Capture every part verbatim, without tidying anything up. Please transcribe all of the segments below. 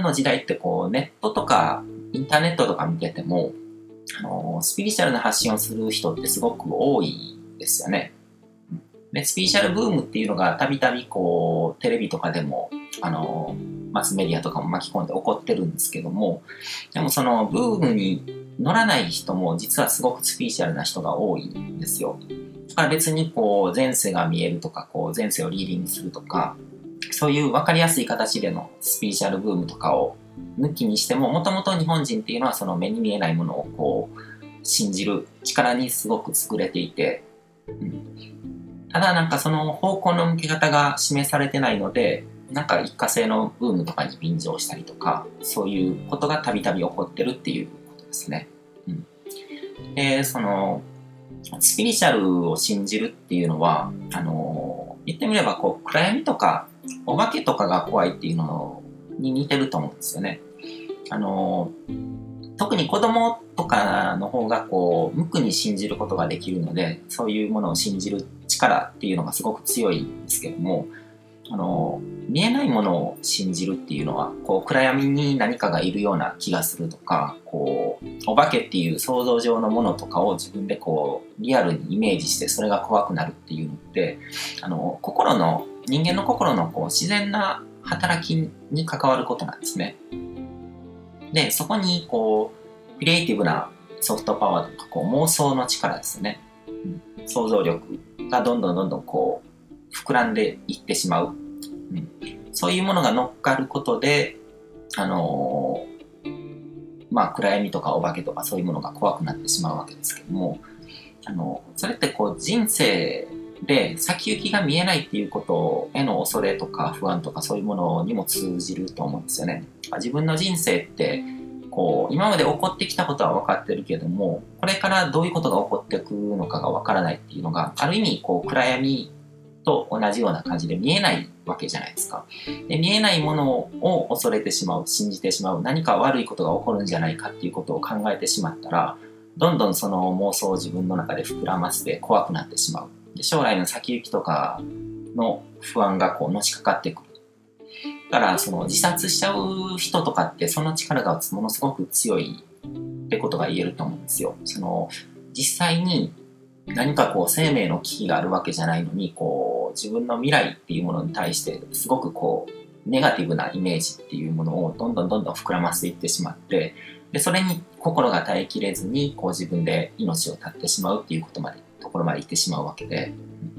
の時代ってこうネットとかインターネットとか見てても、あのスピリチュアルな発信をする人ってすごく多いですよね。でスピリチュアルブームっていうのがたびたびこうテレビとかでもあのマスメディアとかも巻き込んで起こってるんですけども、でもそのブームに乗らない人も実はすごくスピリチュアルな人が多いんですよ。だから別にこう前世が見えるとか、こう前世をリーディングするとか、そういう分かりやすい形でのスピリチュアルブームとかを抜きにしても、もともと日本人っていうのはその目に見えないものをこう信じる力にすごく優れていて、うん、ただなんかその方向の向け方が示されてないので、なんか一過性のブームとかに便乗したりとか、そういうことがたびたび起こってるっていうことですね。うん、でそのスピリチュアルを信じるっていうのは、あの言ってみればこう暗闇とかお化けとかが怖いっていうのに似てると思うんですよね。あの特に子供とかの方がこう無垢に信じることができるので、そういうものを信じる力っていうのがすごく強いんですけども、あの見えないものを信じるっていうのは、こう暗闇に何かがいるような気がするとか、こうお化けっていう想像上のものとかを自分でこうリアルにイメージして、それが怖くなるっていうのって、あの心の人間の心のこう自然な働きに関わることなんですね。でそこにこうクリエイティブなソフトパワーとか、こう妄想の力ですよね、うん、想像力がどんどんどんどんこう膨らんでいってしまう、うん、そういうものが乗っかることで、あのー、まあ暗闇とかお化けとかそういうものが怖くなってしまうわけですけども、あのそれってこう人生で先行きが見えないっていうことへの恐れとか不安とか、そういうものにも通じると思うんですよね。自分の人生ってこう今まで起こってきたことは分かってるけども、これからどういうことが起こってくるのかが分からないっていうのが、ある意味こう暗闇と同じような感じで見えないわけじゃないですか。で見えないものを恐れてしまう、信じてしまう、何か悪いことが起こるんじゃないかっていうことを考えてしまったら、どんどんその妄想を自分の中で膨らませて怖くなってしまう。で将来の先行きとかの不安がこうのしかかってくる。だからその自殺しちゃう人とかって、その力がものすごく強いってことが言えると思うんですよ。その実際に何かこう生命の危機があるわけじゃないのに、こう自分の未来っていうものに対してすごくこうネガティブなイメージっていうものをどんどんどんどん膨らませていってしまって、でそれに心が耐えきれずにこう自分で命を絶ってしまうっていうことまでところまで行ってしまうわけで、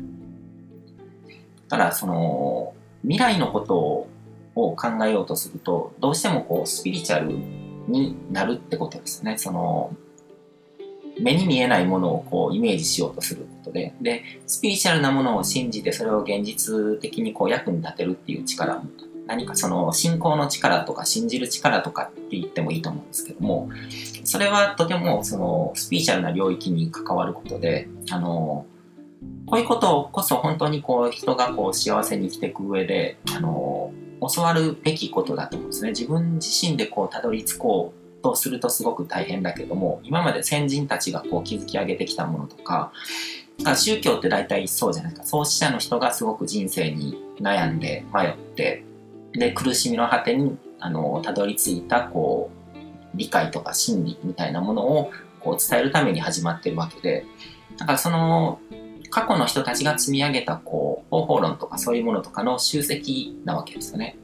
だからその未来のことを考えようとすると、どうしてもこうスピリチュアルになるってことですね。その目に見えないものをこうイメージしようとすることで、でスピリチュアルなものを信じて、それを現実的にこう役に立てるっていう力、何かその信仰の力とか信じる力とかって言ってもいいと思うんですけども、それはとてもそのスピリチュアルな領域に関わることで、あのこういうことこそ本当にこう人がこう幸せに生きていく上で、あの教わるべきことだと思うんですね。自分自身でこうたどり着こうとするとすごく大変だけども、今まで先人たちがこう築き上げてきたものとか、宗教って大体そうじゃないですか。創始者の人がすごく人生に悩んで迷って、で苦しみの果てにあのたどり着いたこう理解とか真理みたいなものをこう伝えるために始まってるわけで、だからその過去の人たちが積み上げたこう方法論とかそういうものとかの集積なわけですよね。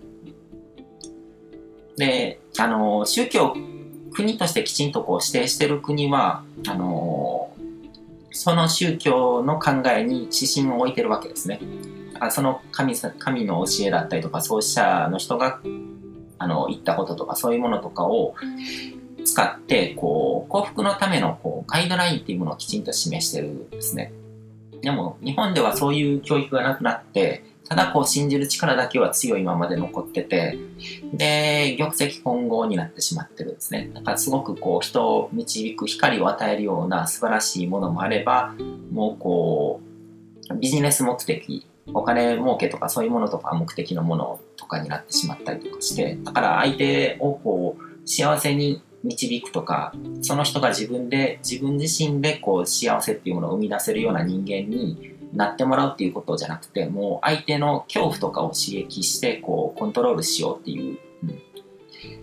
で、あの宗教国としてきちんとこう指定してる国はあのその宗教の考えに指針を置いてるわけですね。だからその 神, 神の教えだったりとか、創始者の人があの言ったこととかそういうものとかを使ってこう幸福のためのこうガイドラインっていうものをきちんと示してるんですね。でも日本ではそういう教育がなくなって、ただこう信じる力だけは強いままで残ってて、で玉石混合になってしまってるんですね。だからすごくこう人を導く光を与えるような素晴らしいものもあれば、もうこうビジネス目的、お金儲けとかそういうものとか目的のものとかになってしまったりとかして、だから相手をこう幸せに導くとか、その人が自分で自分自身でこう幸せっていうものを生み出せるような人間になってもらうっていうことじゃなくて、もう相手の恐怖とかを刺激してこうコントロールしようっていう、うん、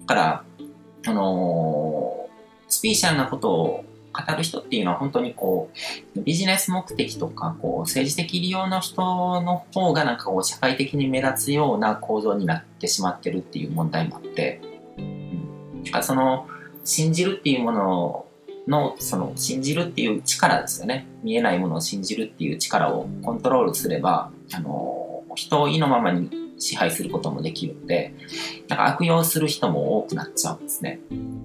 から、あのー、スピリチュアルなことを語る人っていうのは本当にこう、ビジネス目的とか、こう、政治的利用の人の方がなんかこう、社会的に目立つような構造になってしまってるっていう問題もあって、うん。だからその、信じるっていうものの、その、信じるっていう力ですよね。見えないものを信じるっていう力をコントロールすれば、あのー、人を意のままに支配することもできるので、なんか悪用する人も多くなっちゃうんですね。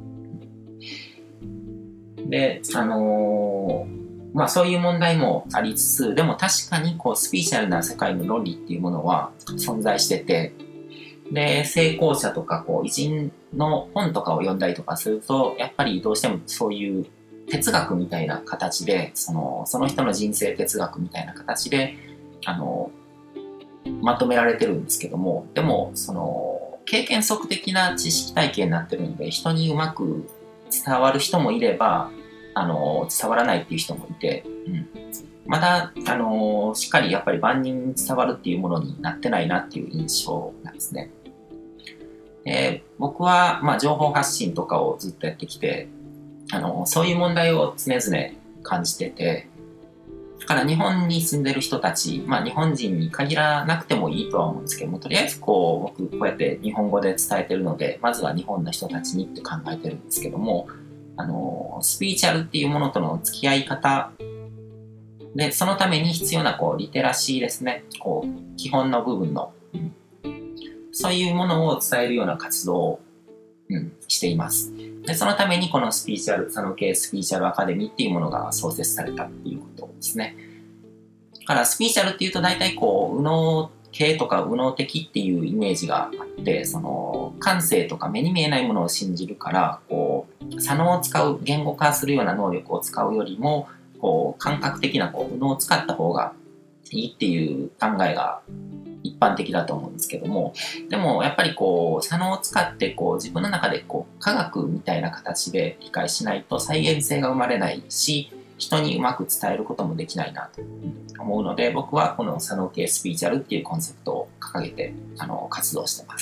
で、あのー、まあそういう問題もありつつ、でも確かにこうスピリチュアルな世界の論理っていうものは存在してて、で、成功者とかこう偉人の本とかを読んだりとかすると、やっぱりどうしてもそういう哲学みたいな形で、その、その人の人生哲学みたいな形で、あの、まとめられてるんですけども、でも、その、経験則的な知識体系になってるんで、人にうまく伝わる人もいれば、あの、伝わらないっていう人もいて、うん、まだ、あの、しっかりやっぱり万人に伝わるっていうものになってないなっていう印象なんですね。で、僕は、まあ、情報発信とかをずっとやってきて、あの、そういう問題を常々感じてて、だから日本に住んでる人たち、まあ日本人に限らなくてもいいとは思うんですけども、とりあえずこう、僕こうやって日本語で伝えてるので、まずは日本の人たちにって考えてるんですけども、あの、スピリチュアルっていうものとの付き合い方で、そのために必要なこう、リテラシーですね。こう、基本の部分の、うん、そういうものを伝えるような活動を、うん、しています。で、そのためにこのスピリチュアル、佐野系スピリチュアルアカデミーっていうものが創設されたっていうことですね。だからスピリチュアルっていうと大体こう、右脳系とか右脳的っていうイメージがあって、その、感性とか目に見えないものを信じるから、こう、左脳を使う、言語化するような能力を使うよりも、こう、感覚的なこう、右脳を使った方がいいっていう考えが一般的だと思うんですけども、でもやっぱりこう、左脳を使ってこう自分の中でこう科学みたいな形で理解しないと再現性が生まれないし、人にうまく伝えることもできないなと思うので、僕はこの左脳系スピリチュアルっていうコンセプトを掲げてあの活動してます。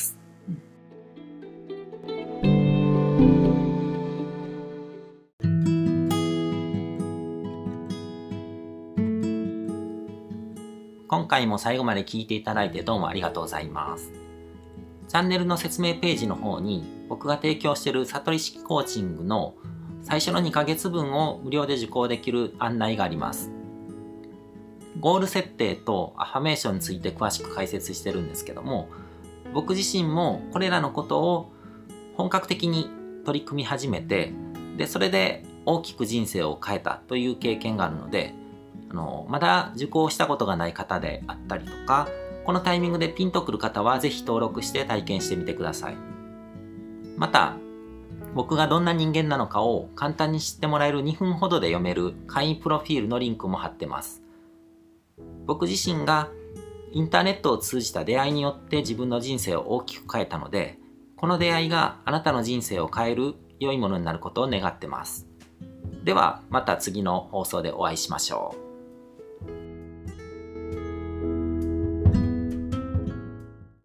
今回も最後まで聞いていただいてどうもありがとうございます。チャンネルの説明ページの方に僕が提供している悟り式コーチングの最初のにかげつぶんを無料で受講できる案内があります。ゴール設定とアファメーションについて詳しく解説してるんですけども、僕自身もこれらのことを本格的に取り組み始めて、で、それで大きく人生を変えたという経験があるので、あのまだ受講したことがない方であったりとか、このタイミングでピンとくる方はぜひ登録して体験してみてください。また、僕がどんな人間なのかを簡単に知ってもらえるにふんほどで読める会員プロフィールのリンクも貼ってます。僕自身がインターネットを通じた出会いによって自分の人生を大きく変えたので、この出会いがあなたの人生を変える良いものになることを願ってます。ではまた次の放送でお会いしましょう。